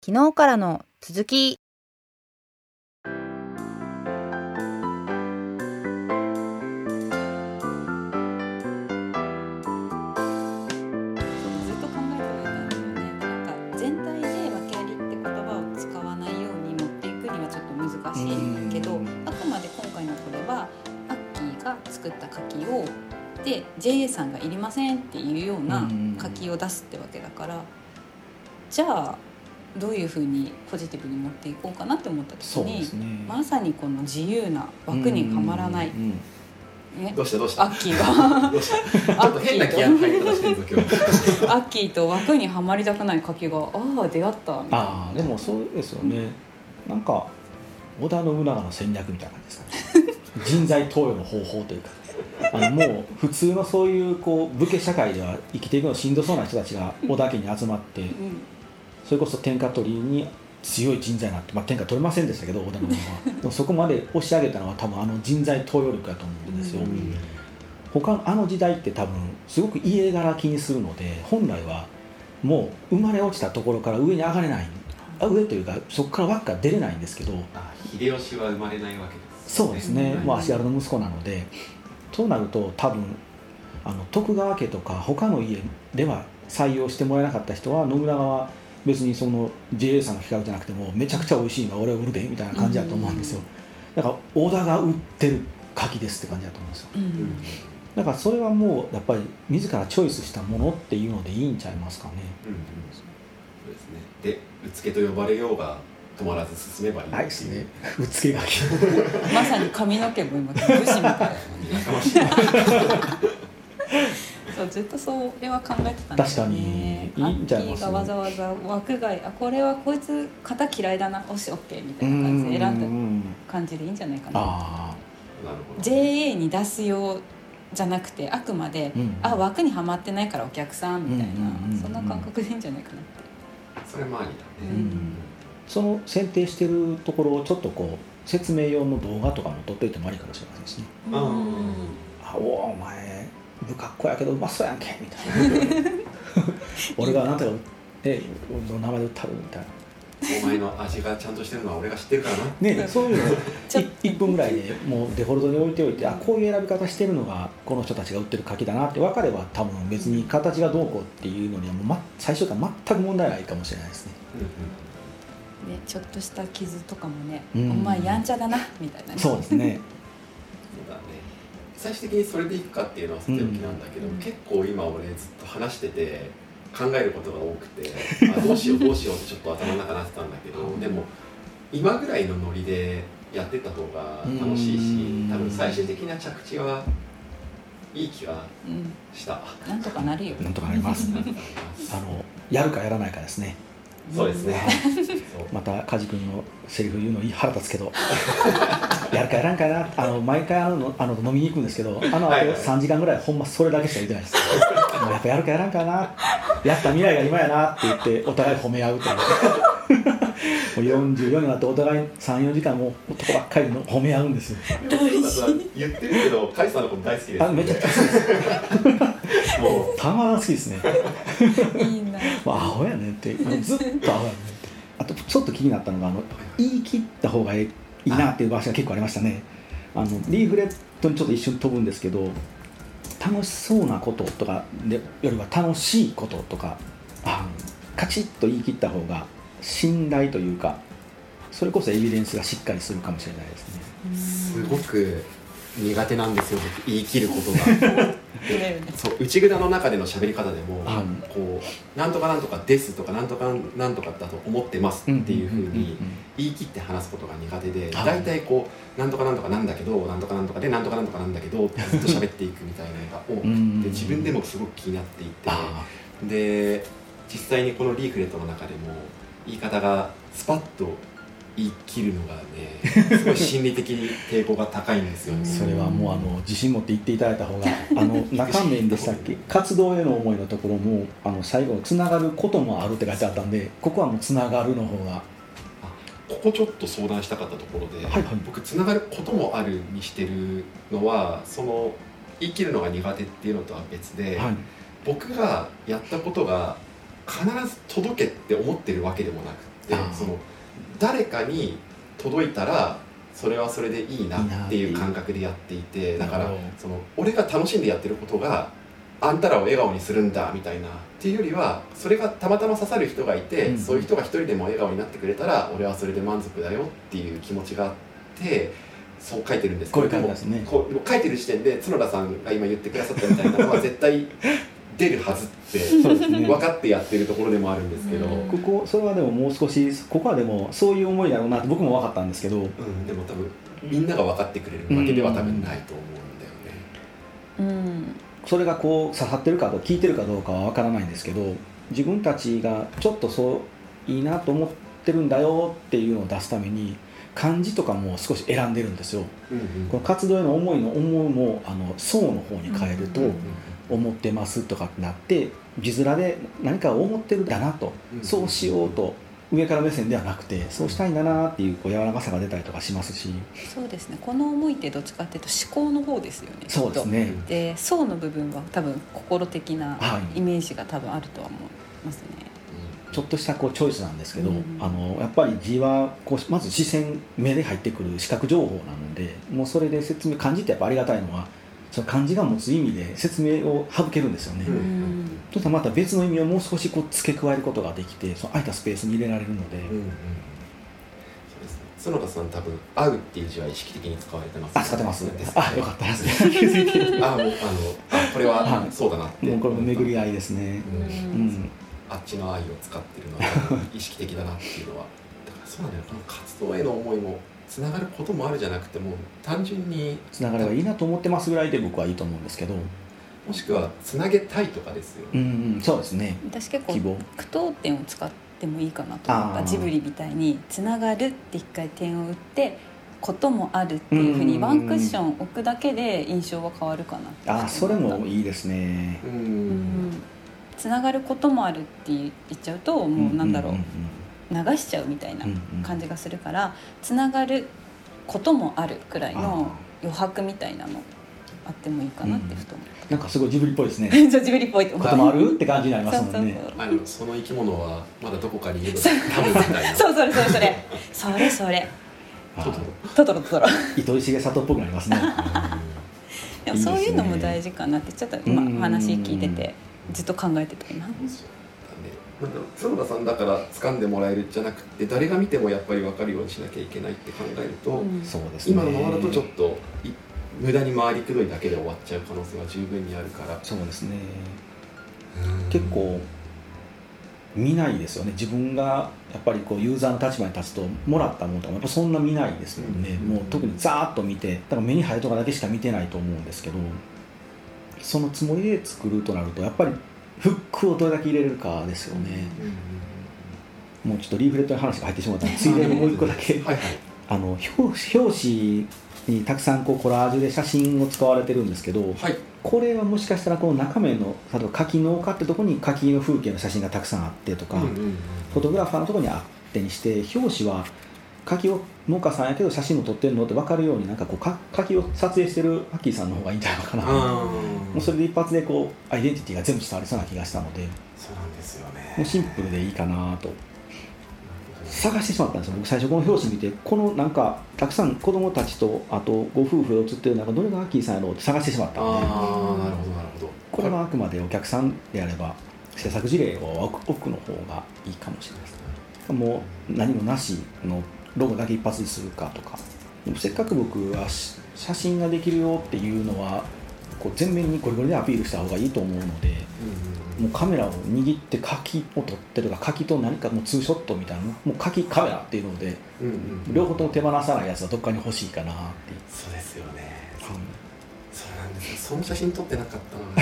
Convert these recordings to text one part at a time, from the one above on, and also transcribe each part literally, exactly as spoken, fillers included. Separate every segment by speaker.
Speaker 1: 昨日からの続き。
Speaker 2: 作った柿をで ジェーエー さんがいりませんっていうような柿を出すってわけだから、じゃあどういうふうにポジティブに持っていこうかなって思った時に、ね、まさにこの自由な枠にはまらない、うんうん
Speaker 3: ね、どうしたどうした
Speaker 2: アッキーが
Speaker 3: どうしたちょっと変な気合い入り方してるぞ今日
Speaker 2: アッキーと枠にはまりたくない柿がああ出会ったみたいな。
Speaker 4: あでもそうですよね。なんか織田信長の戦略みたいな感じですかね人材投与の方法というか、あのもう普通のそういうこう武家社会では生きていくのしんどそうな人たちが織田家に集まって、うん、それこそ天下取りに強い人材になって、まあ、天下取れませんでしたけど織田信長はでもそこまで押し上げたのは多分あの人材投与力だと思うんですよ、うん、他のあの時代って多分すごく家柄気にするので、本来はもう生まれ落ちたところから上に上がれない、上というかそこから輪っか出れないんですけど、
Speaker 3: あ秀吉は生まれないわけです。
Speaker 4: そうですね、まあ、足軽の息子なので、となると多分あの徳川家とか他の家では採用してもらえなかった人は、信長は別にその ジェーエー さんの企画じゃなくてもめちゃくちゃ美味しいのは俺は売るでみたいな感じだと思うんですよ。だから織田が売ってる柿ですって感じだと思うんですよ、うん、だからそれはもうやっぱり自らチョイスしたものっていうのでいいんちゃいますかね、うんうん、
Speaker 3: そうですね。で、うつけと呼ばれようが止まらず進めばいいっていう。
Speaker 4: はいですね。うつけがき。
Speaker 2: まさに髪の毛も今武士みたいなもんね。そうずっとそれは考えてたんだよね。
Speaker 4: 確かにいいんちゃいますね。
Speaker 2: アッキーがわざわざ枠外、あこれはこいつ型嫌いだな、おしオッケーみたいな感じで選んだ感じでいいんじゃないかな。
Speaker 3: あなるほど。
Speaker 2: ジェーエー に出すようじゃなくて、あくまで、うん、あ枠にはまってないからお客さんみたいな、うん、そんな感覚でいいんじゃないかなって。
Speaker 3: それもありだね。
Speaker 4: うんその選定してるところをちょっとこう説明用の動画とかも撮っといてもありかもしれませんしね。うんあおお前不格好やけどうまそうやんけみたいな俺がなんとかえ名前で売ったるみたいな。
Speaker 3: お前の味がちゃんとしてるのは俺が知ってるからな
Speaker 4: ねそういうのをいっぷんぐらいでもうデフォルトに置いておいて、あこういう選び方してるのがこの人たちが売ってる柿だなって分かれば、多分別に形がどうこうっていうのにはもう、ま、最初から全く問題ないかもしれないですね。うんうん
Speaker 2: ね、ちょっとした傷とかもね、うん、お前やんちゃだなみたいな、ね、
Speaker 4: そうですね
Speaker 3: そうだね。最終的にそれでいくかっていうのはさておきなんだけど、うん、結構今俺ずっと話してて考えることが多くてあどうしようどうしようってちょっと頭の中なってたんだけど、うん、でも今ぐらいのノリでやってった方が楽しいし、多分最終的な着地はいい気がした、
Speaker 2: うん、なんとかなるよ。
Speaker 4: なんとかなりますあのやるかやらないかですね。
Speaker 3: そうですね
Speaker 4: また梶君のセリフ言うの腹立つけどやるかやらんかな、あの毎回あのあの飲みに行くんですけど、あの後さんじかんぐらいほんまそれだけしか言ってないですもうやっぱやるかやらんかな、やった未来が今やなって言ってお互い褒め合うというもうよんじゅうよんになってお互いさん、よじかんも男ばっかりの褒め合うんですよ。
Speaker 3: 言ってるけどカイさんのこと大好きです、ね、
Speaker 4: あめちゃくちゃ好きですもうたまらん好きですね
Speaker 2: いいな
Speaker 4: アホやねんってずっとアホやねんって。あとちょっと気になったのが、あの言い切った方がいいなっていう場所が結構ありましたね。あのリーフレットにちょっと一瞬飛ぶんですけど、楽しそうなこととかでよりは楽しいこととか、あカチッと言い切った方が信頼というか、それこそエビデンスがしっかりするかもしれないです
Speaker 3: ね。すごく苦手なんですよ、言い切ることがそう内蔵の中での喋り方でも、うん、こうなんとかなんとかですとかなんとかなんとかだと思ってますっていうふうに言い切って話すことが苦手で、だいたいこうなんとかなんとかなんだけどなんとかなんとかでなんとかなんとかなんだけどってずっと喋っていくみたいなのが多くて自分でもすごく気になっていて、で実際にこのリーフレットの中でも言い方がスパッと言い切るのがね、すごい心理的に抵抗が高いんですよね
Speaker 4: それはもうあの自信持って言っていただいた方があの中面でしたっけ活動への思いのところもあの最後つながることもあるって書いてあったんで、ここはもうつながるの方が、
Speaker 3: ここちょっと相談したかったところで、はいはい、僕つながることもあるにしてるのは、その言い切るのが苦手っていうのとは別で、はい、僕がやったことが必ず届けって思ってるわけでもなくて、 て、その誰かに届いたらそれはそれでいいなっていう感覚でやっていて、だからその俺が楽しんでやってることがあんたらを笑顔にするんだみたいなっていうよりは、それがたまたま刺さる人がいて、うん、そういう人が一人でも笑顔になってくれたら俺はそれで満足だよっていう気持ちがあって、そう書いてるんですけど、
Speaker 4: こういう感じですね。
Speaker 3: こう書いてる時点で角田さんが今言ってくださったみたいなのは絶対出るはずって分かってやってるところでもあるんですけど、
Speaker 4: ここそれはでももう少し、ここはでもそういう思いだろうなって僕も分かったんですけど、うん、
Speaker 3: でも多分みんなが分かってくれるわけでは多分ないと思うんだよね。
Speaker 2: うん、
Speaker 4: それがこう刺さってるかどうか聞いてるかどうかは分からないんですけど、自分たちがちょっとそういいなと思ってるんだよっていうのを出すために漢字とかも少し選んでるんですよ、うんうん、この活動への思いの思いもあの層の方に変えると、うんうんうん、思ってますとかってなって字面で何かを思ってるんだなと、うんうん、そうしようと上から目線ではなくてそうしたいんだなっていうこう柔らかさが出たりとかしますし、
Speaker 2: そうですね、この思いってどっちかっていうと思考の方ですよね。
Speaker 4: そうですね。
Speaker 2: で層の部分は多分心的なイメージが多分あるとは思いますね、
Speaker 4: はい、ちょっとしたこうチョイスなんですけど、うん、あのやっぱり字はこうまず視線目で入ってくる視覚情報なので、もうそれで説明漢字ってやっぱありがたいのはその漢字が持つ意味で説明を省けるんですよね、うん、そしたらまた別の意味をもう少しこう付け加えることができて、その空いたスペースに入れられるので、うんうん、そう
Speaker 3: ですね。角田さん多分会うっていう字は意識的に使われてます、
Speaker 4: ね、あ使ってます、ね、あよかったですね気づいてる
Speaker 3: あもうあのあこれはそうだなって、
Speaker 4: もうこれも巡り合いですね、うんうん、
Speaker 3: あっちの愛を使ってるのは意識的だなっていうのはだからそうなんだよ、この活動への思いもつながることもあるじゃなくても単純に
Speaker 4: つながればいいなと思ってますぐらいで僕はいいと思うんですけど、
Speaker 3: もしくはつなげたいとかですよ、
Speaker 4: うんうん、そうですね。
Speaker 2: 私結構句読点を使ってもいいかなと思った。ジブリみたいにつながるって一回点を打ってこともあるっていうふうにワンクッション置くだけで印象は変わるかな。
Speaker 4: あそれもいいですね。
Speaker 2: うん、つながることもあるって言っちゃうともうなんだろう、うんうんうん、流しちゃうみたいな感じがするから、つながることもあるくらいの余白みたいなのあってもいいかなってふと思う、
Speaker 4: うん、なんかすごいジブリっぽいですね
Speaker 2: そうジブリっぽい
Speaker 4: こともあるって感じになりますもんね。
Speaker 3: そうそうそう、あのその生き物はまだどこかにいるの多分みたいな
Speaker 2: そうそれそれそれそれそれトトロトトロ
Speaker 4: 糸井重里っぽくなりますね
Speaker 2: でもそういうのも大事かなってちょっと今話聞いててずっと考えてた今。
Speaker 3: 角田さんだから掴んでもらえるじゃなくて誰が見てもやっぱり分かるようにしなきゃいけないって考えると、うん、今のままだとちょっと無駄に回りくどいだけで終わっちゃう可能性は十分にあるから。
Speaker 4: そうですね、結構見ないですよね。自分がやっぱりこうユーザーの立場に立つともらったものとかもやっぱそんな見ないですもんね、うん、もう特にザーッと見てだから目に入るとかだけしか見てないと思うんですけど、そのつもりで作るとなるとやっぱりフックをどれだけ入れれるかですよね、うん、もうちょっとリーフレットの話が入ってしまったのでついでにもう一個だけはい、はい、あの 表, 表紙にたくさんこうコラージュで写真を使われてるんですけど、はい、これはもしかしたらこの中面の例えば柿農家ってとこに柿の風景の写真がたくさんあってとか、うんうんうん、フォトグラファーのとこにあってにして表紙は柿を農家さんやけど写真も撮ってるのって分かるようになんかこう柿を撮影してるハッキーさんの方がいいんじゃないかな。もうそれで一発でこうアイデンティティが全部伝わりそうな気がしたので、
Speaker 3: そうなんですよね。
Speaker 4: もうシンプルでいいかなと探してしまったんですよ。僕最初この表紙見てこのなんかたくさん子供たちとあとご夫婦で写ってる中どれがハッキーさんやろうって探してしまったので、
Speaker 3: ああなるほどなるほど。
Speaker 4: これはあくまでお客さんであれば制作事例を置くの方がいいかもしれないですね。もう何もなしのロゴだけ一発にするかとか、でもせっかく僕は写真ができるよっていうのはこう全面にゴリゴリでアピールした方がいいと思うので、うんうん、もうカメラを握って柿を撮ってとか柿と何かもうツーショットみたいなもう柿カメラっていうので、うんうんうん、両方とも手放さないやつはどっかに欲しいかなって。
Speaker 3: そうですよね、うん、そうなんですよ。その写真撮ってなか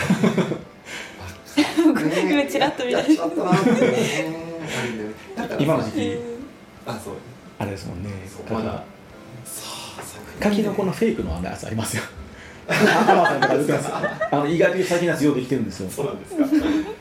Speaker 3: ったな
Speaker 2: 今チラッと見た
Speaker 3: いやったなってね
Speaker 4: 今の時期
Speaker 3: あそう
Speaker 4: あれですもんね。
Speaker 3: まだ
Speaker 4: 柿のこのフェイクのやつありますよアマゾンとか売ってますあの意外と最近のやつ用できてるんですよ。
Speaker 3: そうなんですか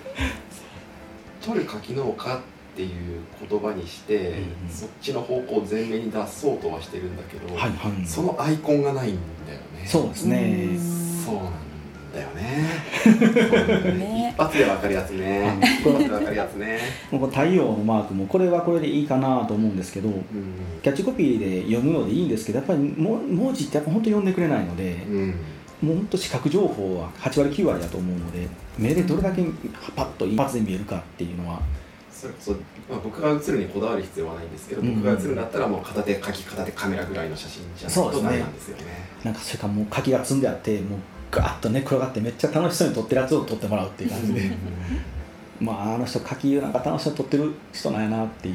Speaker 3: 取る柿農家っていう言葉にして、うんうん、そっちの方向を前面に出そうとはしてるんだけど、はいはい、そのアイコンがないんだよね。
Speaker 4: そうですね。
Speaker 3: そうなんだよねね一発で分かるやつね一発で分かるやつね
Speaker 4: もうこの太陽のマークもこれはこれでいいかなと思うんですけど、うん、キャッチコピーで読むのでいいんですけどやっぱり文字ってやっぱ本当読んでくれないので、うん、もう本当視覚情報ははちわりきゅうわりだと思うので目でどれだけパッと一発で見えるかっていうのは
Speaker 3: それこそ、まあ、僕が写るにこだわる必要はないんですけど、うん、僕が写るんだったらもう片手書き片手カメラぐらいの写真じゃないとダメなんですよね。
Speaker 4: なんかそれからもう書きが積んであってもうガーッと寝転がってめっちゃ楽しそうに撮ってるやつを撮ってもらうっていう感じでまああの人書きなんか楽しそうに撮ってる人なんやなっていう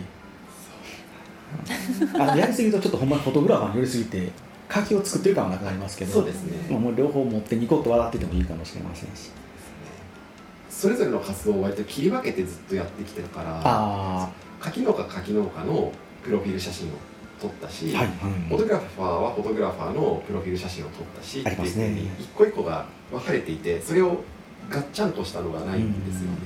Speaker 4: あのやりすぎるとちょっとほんまにフォトグラファーに寄りすぎて書きを作ってる感はなくなりますけど
Speaker 3: そうですね、
Speaker 4: まあ、もう両方持ってニコッと笑っててもいいかもしれませんし
Speaker 3: それぞれの活動を割と切り分けてずっとやってきてるからあ柿農家柿農家のプロフィール写真を撮ったし、はいはい、フォトグラファーはフォトグラファーのプロフィール写真を撮ったし、
Speaker 4: ありますね、
Speaker 3: っていう一個一個が分かれていてそれをガッチャンとしたのがないんですよね、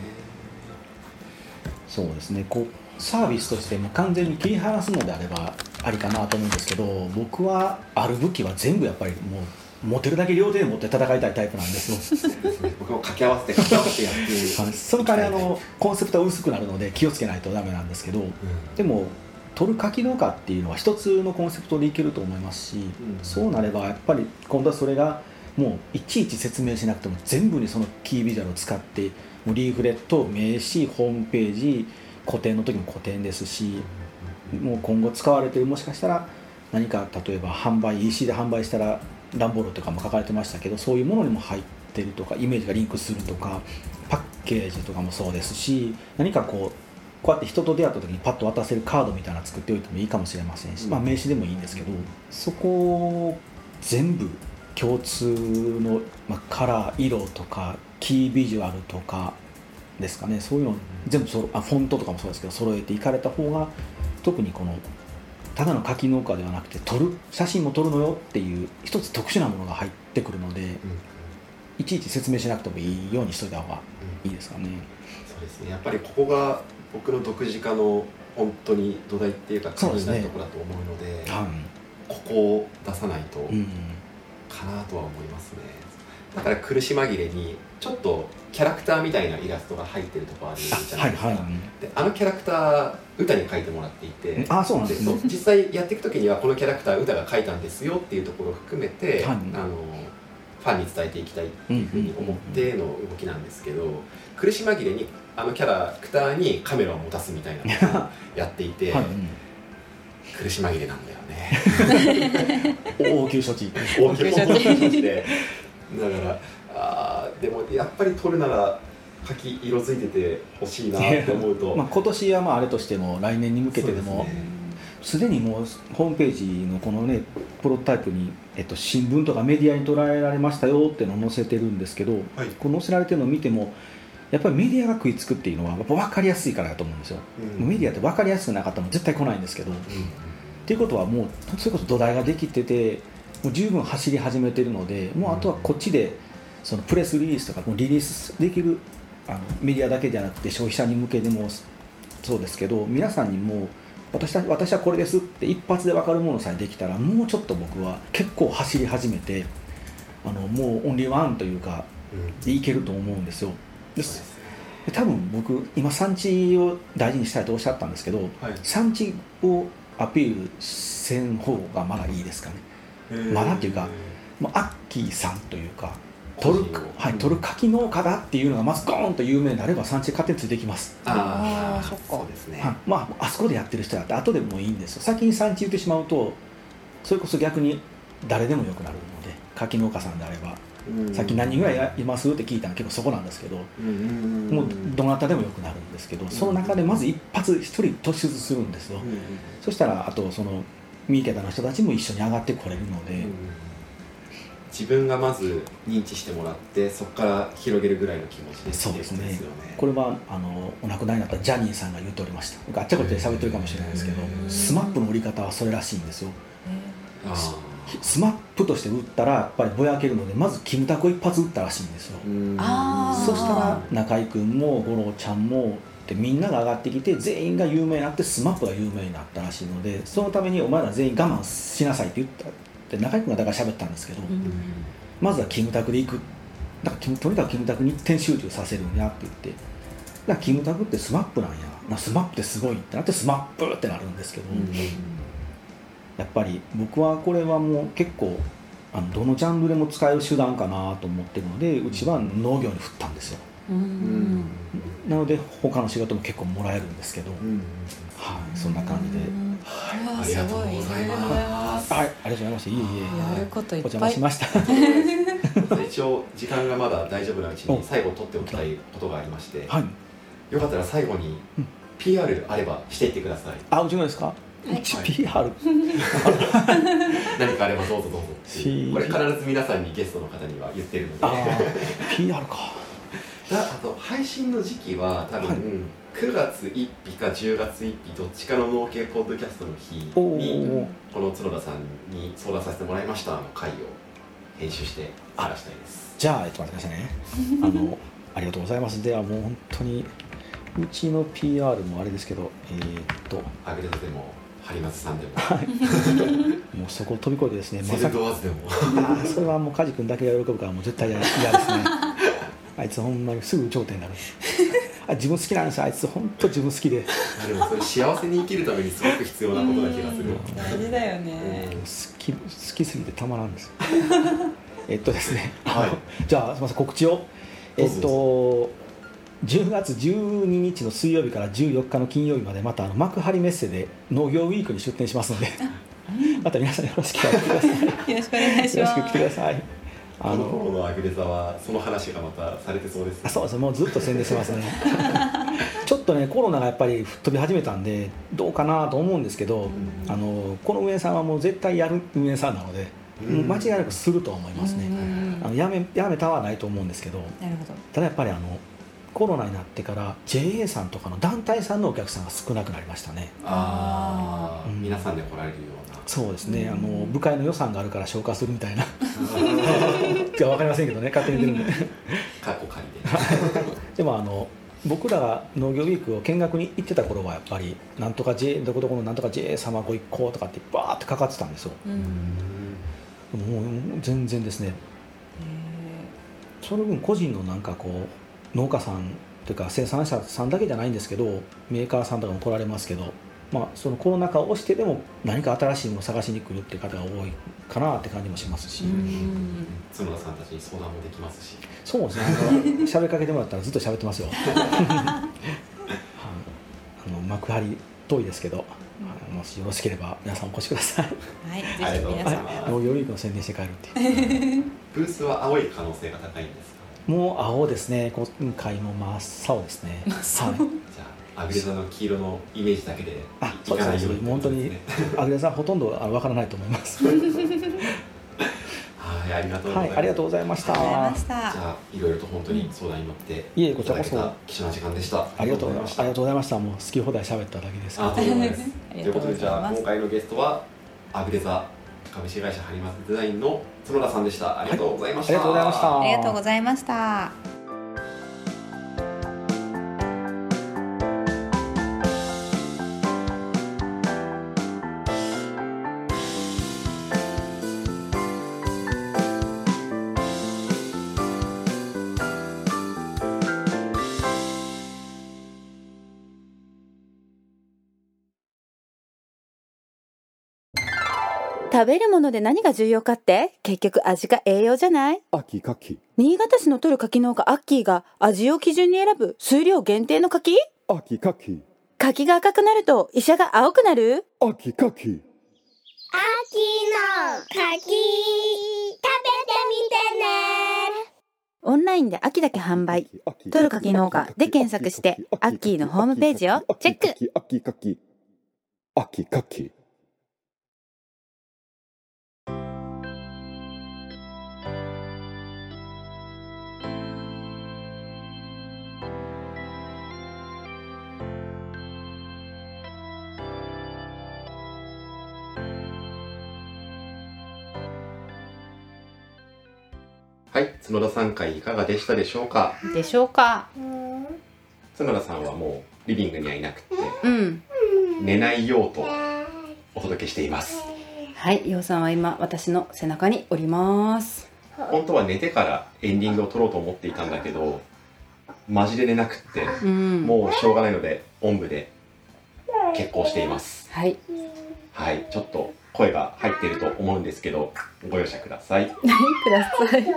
Speaker 4: うん、そうですねこうサービスとしても完全に切り離すのであればありかなと思うんですけど僕はある武器は全部やっぱりもう持てるだけ両手で持って戦いたいタイプなんですよ
Speaker 3: 僕も掛け合わせて掛け合わせてやって
Speaker 4: その代わりあのコンセプトは薄くなるので気をつけないとダメなんですけど、うん、でも取る柿農家っていうのは一つのコンセプトでいけると思いますし、うん、そうなればやっぱり今度はそれがもういちいち説明しなくても全部にそのキービジュアルを使ってもうリーフレット、名刺、ホームページ、個展の時も個展ですし、もう今後使われてるもしかしたら何か例えば販売 イーシー で販売したら段ボールとかも書かれてましたけどそういうものにも入ってるとかイメージがリンクするとかパッケージとかもそうですし何かこうこうやって人と出会った時にパッと渡せるカードみたいなの作っておいてもいいかもしれませんし、まあ、名刺でもいいんですけどそこを全部共通の、まあ、カラー色とかキービジュアルとかですかねそういうの全部そろあフォントとかもそうですけど揃えていかれた方が特にこのただの柿農家ではなくて撮る写真も撮るのよっていう一つ特殊なものが入ってくるので、うん、いちいち説明しなくてもいいようにしといた方がいいですかね、うん、
Speaker 3: そうですねやっぱりここが僕の独自化の本当に土台っていうか鍵になるところだと思うので、で、はい、ここを出さないとかなとは思いますね、うん、だから苦し紛れにちょっとキャラクターみたいなイラストが入ってるところあるじゃないですか、はいはい、であのキャラクター歌に描いてもらっていて
Speaker 4: あそうなんですね、
Speaker 3: 実際やっていくときにはこのキャラクター歌が描いたんですよっていうところを含めて、はい、あのファンに伝えていきたいっていうふうに思っての動きなんですけど、苦し紛れにあのキャラクターにカメラを持たすみたいなのをやっていて、はい、苦し紛れなんだよね
Speaker 4: 応急処置
Speaker 3: 応急処置でだからあでもやっぱり撮るなら柿色づいててほしいなって思うと
Speaker 4: まあ今年はまああれとしても来年に向けてでもすでにもうホームページのこのねプロトタイプに、えっと、新聞とかメディアに捉えられましたよっていうのを載せてるんですけど、はい、この載せられてるのを見てもやっぱりメディアが食いつくっていうのはやっぱ分かりやすいからだと思うんですよ、うん、メディアって分かりやすくなかったら絶対来ないんですけど、うん、っていうことはもうそれこそ土台ができててもう十分走り始めてるのでもうあとはこっちでそのプレスリリースとかもうリリースできるあのメディアだけじゃなくて消費者に向けてもそうですけど皆さんにも私は、私はこれですって一発で分かるものさえできたらもうちょっと僕は結構走り始めてあのもうオンリーワンというか、うん、でいけると思うんですよ。で多分僕今産地を大事にしたいとおっしゃったんですけど、はい、産地をアピールせん方がまだいいですかね。まだっていうかもうアッキーさんというか取る、はい、取る柿農家だっていうのがまずゴーンと有名になれば産地勝手についてきます。
Speaker 3: ああそっかそうですね、
Speaker 4: はい、まああそこでやってる人だって後でもいいんですよ。先に産地言ってしまうとそれこそ逆に誰でもよくなるので柿農家さんであればさっき何人ぐらいいますって聞いたの結構そこなんですけどもうどなたでもよくなるんですけどその中でまず一発一人突出するんですよ。そしたらあとその三池田の人たちも一緒に上がってこれるので
Speaker 3: 自分がまず認知してもらってそこから広げるぐらいの気持ちで
Speaker 4: そうですね。これはあのお亡くなりになったジャニーさんが言っておりました。僕あっちゃこっちゃで喋ってるかもしれないですけどスマップの売り方はそれらしいんですよ。あスマップとして売ったらやっぱりぼやけるのでまずキムタクを一発打ったらしいんですよ。あそしたら中居君も五郎ちゃんもでみんなが上がってきて全員が有名になってスマップが有名になったらしいのでそのためにお前ら全員我慢しなさいって言ったって中居君がだから喋ったんですけどまずはキムタクで行くっだからとにかくキムタクに一点集中させるんやって言って、だからキムタクってスマップなんやな、スマップってすごいってなってスマップってなるんですけど、うん、やっぱり僕はこれはもう結構あのどのジャンルでも使える手段かなと思ってるので、うちは農業に振ったんですよ。うん、なので他の仕事も結構もらえるんですけど、うん、はい、そんな感じで、
Speaker 3: はい、ありがとうございます。
Speaker 4: はい、ありがとうございました。いえいえ、
Speaker 2: やることいっぱい
Speaker 4: お邪魔しました。
Speaker 3: 一応時間がまだ大丈夫なうちに最後取っておきたいことがありまして、はい、よかったら最後に ピーアール あればしていってください。
Speaker 4: あ、うちのですか？はい、ピーアール
Speaker 3: 何かあればどうぞどうぞ。これ必ず皆さんにゲストの方には言ってるので。
Speaker 4: ピーアール か。
Speaker 3: だあと配信の時期は多分、はい、くがつついたちかじゅうがつついたちどっちかの農系ポッドキャストの日にこの角田さんに相談させてもらいましたの回を編集して流したいです。
Speaker 4: じゃあ、えっと待ってくださいね。あのありがとうございます。ではもう本当にうちの ピーアール もあれですけど、えー、っと
Speaker 3: アグレザでも播磨さんでも、
Speaker 4: はい、もうそこを飛び越えてですね、
Speaker 3: セルドワーズでも
Speaker 4: あそれはもう梶君だけが喜ぶからもう絶対嫌ですね。あいつほんまにすぐ頂点になる。あ、自分好きなんですよ。あいつ本当自分好きで。
Speaker 3: でもそれ幸せに生きるためにすごく必要なことな気がする。
Speaker 2: 大事だよね。
Speaker 4: 好き好きすぎてたまらんですよ。えっとですね。
Speaker 3: はい、
Speaker 4: じゃあすみません、告知を。えっとじゅうがつじゅうににちの水曜日からじゅうよっかの金曜日までまたあの幕張メッセで農業ウィークに出店しますので、また皆さんよろしくお願いします。
Speaker 2: よろしくお願いします。
Speaker 4: よろしく来てください。
Speaker 3: あのこのアグレザはその話がまたされてそうです、ね、
Speaker 4: あ、そうですね、もうずっと宣伝してますね。ちょっとねコロナがやっぱり吹っ飛び始めたんでどうかなと思うんですけど、あのこの運営さんはもう絶対やる運営さんなので、もう間違いなくすると思いますね。あのやめやめたはないと思うんですけど、
Speaker 2: なるほど。
Speaker 4: ただやっぱりあのコロナになってから ジェイエー さんとかの団体さんのお客さんが少なくなりましたね。
Speaker 3: ああ、うん、皆さんで来られるような。
Speaker 4: そうですね、あの部会の予算があるから消化するみたいな。分かりませんけどね、勝手に出るんで。
Speaker 3: 過去借りで。
Speaker 4: でもあの僕らが農業ウィークを見学に行ってた頃はやっぱりなんとか J どこどこのなんとか ジェイエー 様ご一行とかってバーってかかってたんですよ。うん、もう全然ですね。その分個人のなんかこう農家さんというか生産者さんだけじゃないんですけど、メーカーさんとかも来られますけど、まあ、そのコロナ禍を押してでも何か新しいものを探しに来るっていう方が多いかなって感じもしますし、
Speaker 3: 角田さんたちに相談もできますし。
Speaker 4: そうですね、喋りかけてもらったらずっと喋ってますよ。あの幕張遠いですけど、もしよろしければ皆さんお越しください。
Speaker 2: はい、ぜひ皆さん、
Speaker 4: はい、農業ウィークの宣伝して帰るっていう。
Speaker 3: ブースは青い可能性が高いんですか？
Speaker 4: もう青ですね、今回も真っ青ですね。
Speaker 2: 真っ青、はい、
Speaker 3: じゃあアグレザの黄色のイメージだけでいかないように、
Speaker 4: 本当にアグレザほとんどわからないと思います。
Speaker 3: はい、ありがとうございます。はい、
Speaker 4: ありがとうございました。
Speaker 2: じゃ
Speaker 3: あいろいろと本当に相談に乗って
Speaker 4: いえこちらこそ
Speaker 3: 貴重な時間でした。
Speaker 4: ありがとうございました。ありがとうございました。もう好き放題喋っただけです。
Speaker 3: ありがとうございます。ということでじゃあ今回のゲストはアグレザ株式会社ハリマスデザインの角田さんでした。ありがとうございました。
Speaker 4: はい、ありがとうございました。
Speaker 2: ありがとうございました。
Speaker 1: 食べるもので何が重要かって結局味か栄養じゃない？
Speaker 5: アッキーカッキー。
Speaker 1: 新潟市の取る柿農家アッキーが味を基準に選ぶ数量限定の柿？
Speaker 5: アッキーカッキー。
Speaker 1: 柿が赤くなると医者が青くなる？
Speaker 5: アッキーカッキー。
Speaker 6: アッキーの柿食べてみてね。
Speaker 1: オンラインで秋だけ販売、取る柿農家で検索してアッキーのホームページをチェック。
Speaker 5: アッキーカッキー。アッキーカッキー。
Speaker 3: はい、角田さん会いかがでしたでしょうか？
Speaker 2: でしょうか？
Speaker 3: 角田さんはもうリビングにはいなくて、
Speaker 2: うん、
Speaker 3: 寝ないようとお届けしています。
Speaker 2: はい、ようさんは今私の背中におります。
Speaker 3: 本当は寝てからエンディングを撮ろうと思っていたんだけどマジで寝なくって、
Speaker 2: うん、
Speaker 3: もうしょうがないのでおんぶで決行しています。
Speaker 2: はい、
Speaker 3: はい、ちょっと声が入っていると思うんですけどご容赦ください。
Speaker 2: ください。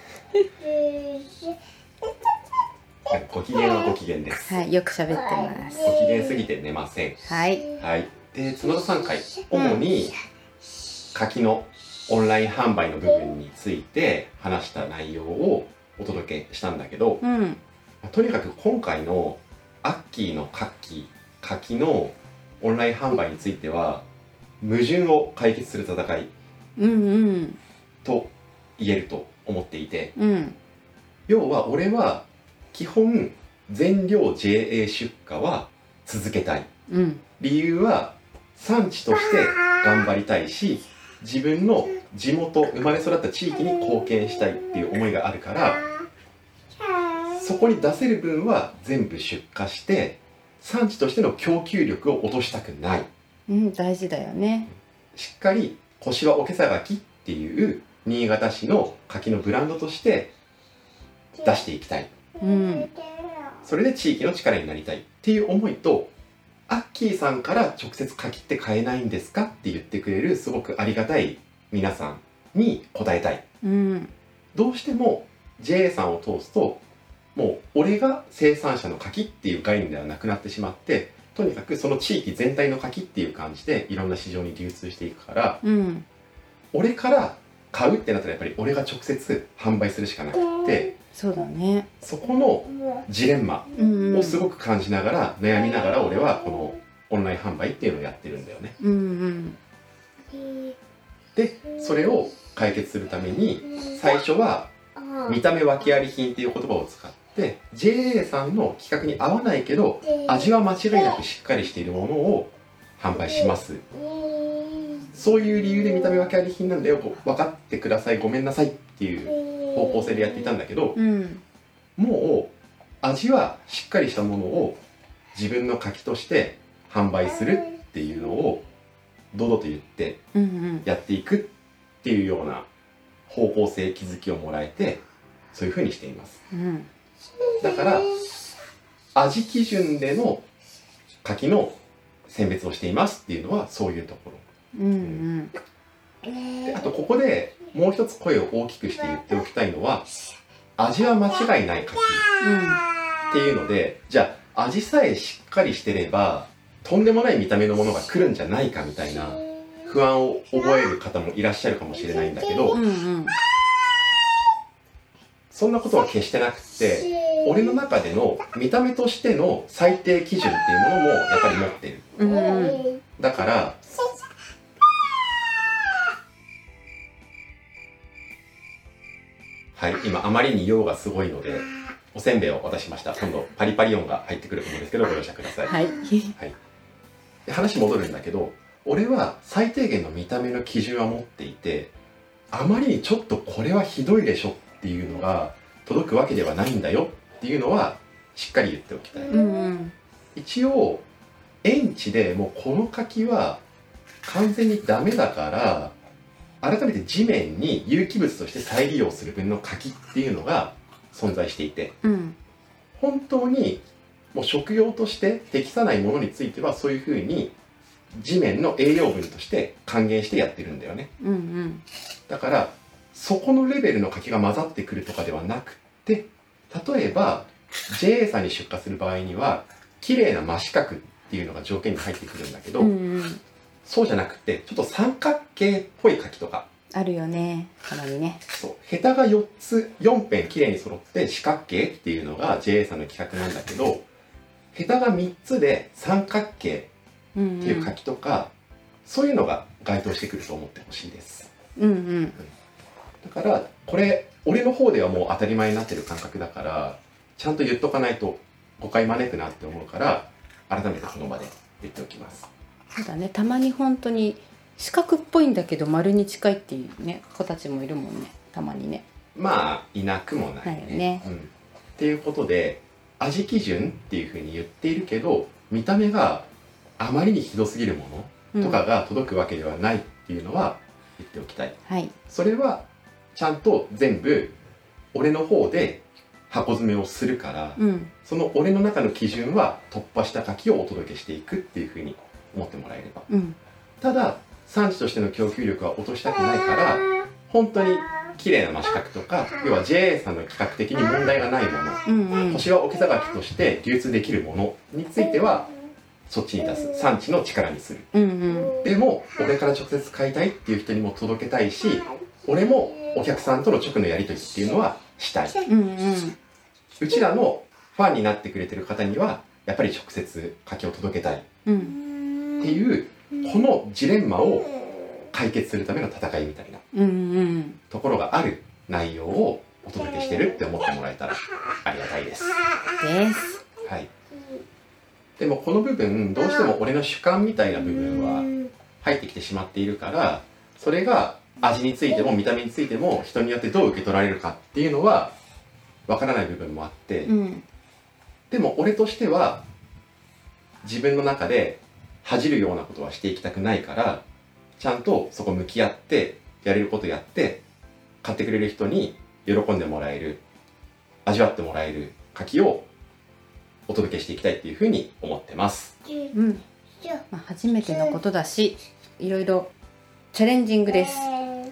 Speaker 3: ご機嫌はご機嫌です。
Speaker 2: はい、よく喋ってます。
Speaker 3: ご機嫌すぎて寝ません。
Speaker 2: はい。
Speaker 3: はい。で、角田さん回、主に柿のオンライン販売の部分について話した内容をお届けしたんだけど、
Speaker 2: うん、
Speaker 3: とにかく今回のアッキーの柿、柿のオンライン販売については矛盾を解決する戦いと言えると思っていて、
Speaker 2: うん、
Speaker 3: 要は俺は基本全量 ジェーエー 出荷は続けたい、
Speaker 2: うん、
Speaker 3: 理由は産地として頑張りたいし自分の地元生まれ育った地域に貢献したいっていう思いがあるからそこに出せる分は全部出荷して産地としての供給力を落としたくない、
Speaker 2: うん、大事だよね。
Speaker 3: しっかり小柴おけさ柿っていう新潟市の柿のブランドとして出していきたい、
Speaker 2: うん、
Speaker 3: それで地域の力になりたいっていう思いとアッキーさんから直接柿って買えないんですかって言ってくれるすごくありがたい皆さんに答えたい、
Speaker 2: うん、
Speaker 3: どうしても ジェーエー さんを通すともう俺が生産者の柿っていう概念ではなくなってしまってとにかくその地域全体の柿っていう感じでいろんな市場に流通していくから、
Speaker 2: うん、
Speaker 3: 俺から買うってなったらやっぱり俺が直接販売するしかなくて、
Speaker 2: そうだね、
Speaker 3: そこのジレンマをすごく感じながら悩みながら俺はこのオンライン販売っていうのをやってるんだよね、
Speaker 2: うんうん、
Speaker 3: でそれを解決するために最初は見た目訳あり品っていう言葉を使って ジェーエー さんの規格に合わないけど味は間違いなくしっかりしているものを販売します、そういう理由で見た目訳あり品なんだよ分かってくださいごめんなさいっていう方向性でやっていたんだけど、
Speaker 2: うん、
Speaker 3: もう味はしっかりしたものを自分の柿として販売するっていうのを堂々と言ってやっていくっていうような方向性気づきをもらえてそういうふうにしています、
Speaker 2: うん、
Speaker 3: だから味基準での柿の選別をしていますっていうのはそういうところ、
Speaker 2: うんうん、
Speaker 3: であとここでもう一つ声を大きくして言っておきたいのは味は間違いない柿っていうので、じゃあ味さえしっかりしてればとんでもない見た目のものが来るんじゃないかみたいな不安を覚える方もいらっしゃるかもしれないんだけど、
Speaker 2: うんうん、
Speaker 3: そんなことは決してなくて俺の中での見た目としての最低基準っていうものもやっぱり持ってる、
Speaker 2: うんうん、
Speaker 3: だからはい、今あまりに量がすごいのでおせんべいを渡しました。今度パリパリ音が入ってくると思うんですけどご容赦ください。
Speaker 2: はい、
Speaker 3: はい、で話戻るんだけど俺は最低限の見た目の基準は持っていてあまりにちょっとこれはひどいでしょっていうのが届くわけではないんだよっていうのはしっかり言っておきたい、
Speaker 2: うんうん、
Speaker 3: 一応園地でもうこの柿は完全にダメだから改めて地面に有機物として再利用する分の柿っていうのが存在していて、
Speaker 2: うん、
Speaker 3: 本当にもう食用として適さないものについてはそういうふうに地面の栄養分として還元してやってるんだよね、
Speaker 2: うんうん、
Speaker 3: だからそこのレベルの柿が混ざってくるとかではなくて例えば ジェーエー さんに出荷する場合には綺麗な真四角っていうのが条件に入ってくるんだけど、
Speaker 2: うんうん、
Speaker 3: そうじゃなくてちょっと三角形っぽい柿とか
Speaker 2: あるよね、たまにね。
Speaker 3: そうヘタがよっつよん辺綺麗に揃って四角形っていうのが ジェーエー さんの規格なんだけどヘタがみっつで三角形っていう柿とか、うんうん、そういうのが該当してくると思ってほしいです、
Speaker 2: うんうん、
Speaker 3: だからこれ俺の方ではもう当たり前になってる感覚だからちゃんと言っとかないと誤解招くなって思うから改めてこの場で言っておきます。
Speaker 2: そうだね、たまに本当に四角っぽいんだけど丸に近いっていうね子たちもいるもんね、たまにね。
Speaker 3: まあいなくもないね。
Speaker 2: ないよね、
Speaker 3: うん、っていうことで味基準っていうふうに言っているけど見た目があまりにひどすぎるものとかが届くわけではないっていうのは言っておきたい、
Speaker 2: うん、はい、
Speaker 3: それはちゃんと全部俺の方で箱詰めをするから、
Speaker 1: うん、
Speaker 3: その俺の中の基準は突破した柿をお届けしていくっていうふうに思ってもらえれば、
Speaker 1: うん、た
Speaker 3: だ産地としての供給力は落としたくないから本当に綺麗な真四角とか、要は ジェーエー さんの企画的に問題がないもの、
Speaker 1: うんうん、
Speaker 3: 星は桶さきとして流通できるものについてはそっちに出す、産地の力にする、
Speaker 1: うんうん、
Speaker 3: でも俺から直接買いたいっていう人にも届けたいし、俺もお客さんとの直のやり取りっていうのはしたい、
Speaker 1: うんうん、
Speaker 3: うちらのファンになってくれてる方にはやっぱり直接柿を届けたいっていう、このジレンマを解決するための戦いみたいなところがある内容をお届けしてるって思ってもらえたらありがたいです。
Speaker 1: です。
Speaker 3: はい。でもこの部分どうしても俺の主観みたいな部分は入ってきてしまっているから、それが味についても見た目についても人によってどう受け取られるかっていうのはわからない部分もあって、
Speaker 1: うん、
Speaker 3: でも俺としては自分の中で恥じるようなことはしていきたくないから、ちゃんとそこ向き合ってやれることやって買ってくれる人に喜んでもらえる、味わってもらえる柿をお届けしていきたいっていうふうに思ってます。
Speaker 1: うん、まあ、初めてのことだしいろいろチャレンジングです。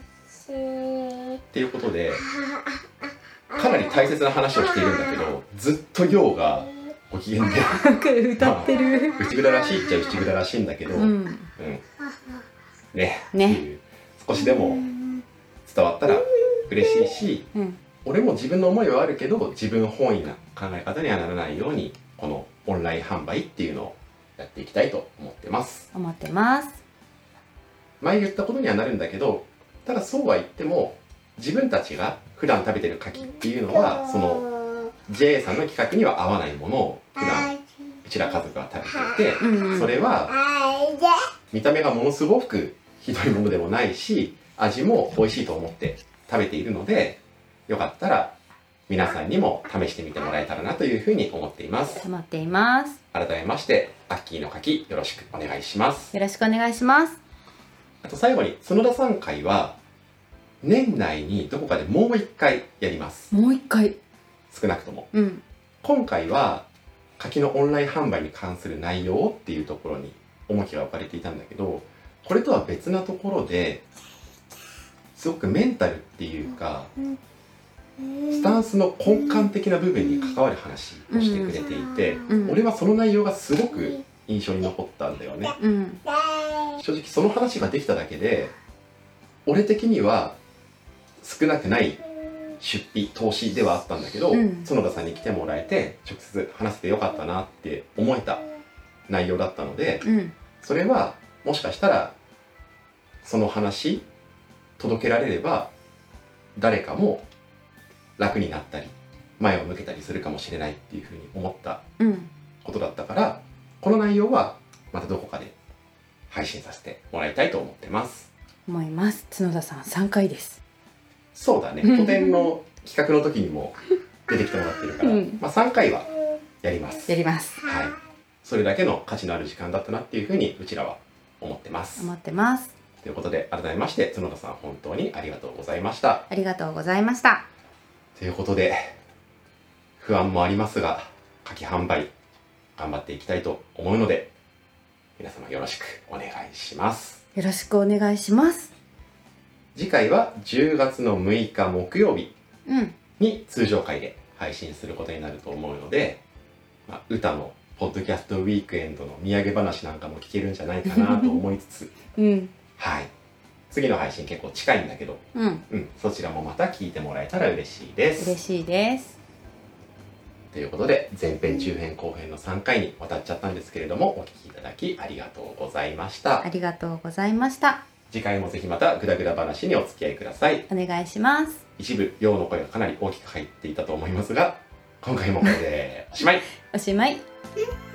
Speaker 3: っていうことでかなり大切な話をしているんだけど、ずっと陽がご機嫌で
Speaker 1: 歌ってる、
Speaker 3: まあ、内蔵らしいっちゃ内蔵らしいんだけど、うん、うん、ね、
Speaker 1: ね
Speaker 3: っていう少しでも伝わったら嬉しいし、うん、俺も自分の思いはあるけど自分本位な考え方にはならないようにこのオンライン販売っていうのをやっていきたいと思ってます
Speaker 1: 思ってます
Speaker 3: 前言ったことにはなるんだけど、ただそうは言っても自分たちが普段食べてる柿っていうのはその ジェーエー さんの企画には合わないものを普段うちら家族が食べていて、うんうん、それは見た目がものすごくひどいものでもないし味も美味しいと思って食べているので、よかったら皆さんにも試してみてもらえたらなというふうに思っています
Speaker 1: 思っています
Speaker 3: 改めましてアッキーの柿よろしくお願いします。
Speaker 1: よろしくお願いします。
Speaker 3: あと最後に角田さん会は年内にどこかでもう一回やります。
Speaker 1: もう一回
Speaker 3: 少なくとも、
Speaker 1: うん、
Speaker 3: 今回は柿のオンライン販売に関する内容っていうところに重きが置かれていたんだけど、これとは別なところですごくメンタルっていうかスタンスの根幹的な部分に関わる話をしてくれていて、うん、俺はその内容がすごく印象に残ったんだよね、うん、正直その話ができただけで俺的には少なくない出費投資ではあったんだけど、うん、角田さんに来てもらえて直接話せてよかったなって思えた内容だったので、うん、それはもしかしたらその話届けられれば誰かも楽になったり前を向けたりするかもしれないっていうふうに思ったことだったから、うん、この内容はまたどこかで配信させてもらいたいと思ってます
Speaker 1: 思います。角田さんさんかいです。
Speaker 3: そうだね、個展の企画の時にも出てきてもらってるから、うん、まあ、さんかいはやります
Speaker 1: やります、
Speaker 3: はい、それだけの価値のある時間だったなっていうふうにうちらは思ってます
Speaker 1: 思ってます
Speaker 3: ということで改めまして角田さん本当にありがとうございました。
Speaker 1: ありがとうございました
Speaker 3: ということで不安もありますが柿販売頑張っていきたいと思うので皆様よろしくお願いします。
Speaker 1: よろしくお願いします。
Speaker 3: 次回はじゅうがつのむいか木曜日に通常回で配信することになると思うので、まあ、歌のポッドキャストウィークエンドの土産話なんかも聞けるんじゃないかなと思いつつ、うん、はい、次の配信結構近いんだけど、うんうん、そちらもまた聞いてもらえたら嬉しいです。
Speaker 1: 嬉しいです。
Speaker 3: ということで前編中編後編のさんかいにわたっちゃったんですけれどもお聞きいただきありがとうございました。
Speaker 1: ありがとうございました。
Speaker 3: 次回もぜひまたグダグダ話にお付き合いください。
Speaker 1: お願いします。
Speaker 3: 一部陽の声がかなり大きく入っていたと思いますが今回もこれでおしまい
Speaker 1: おしまい。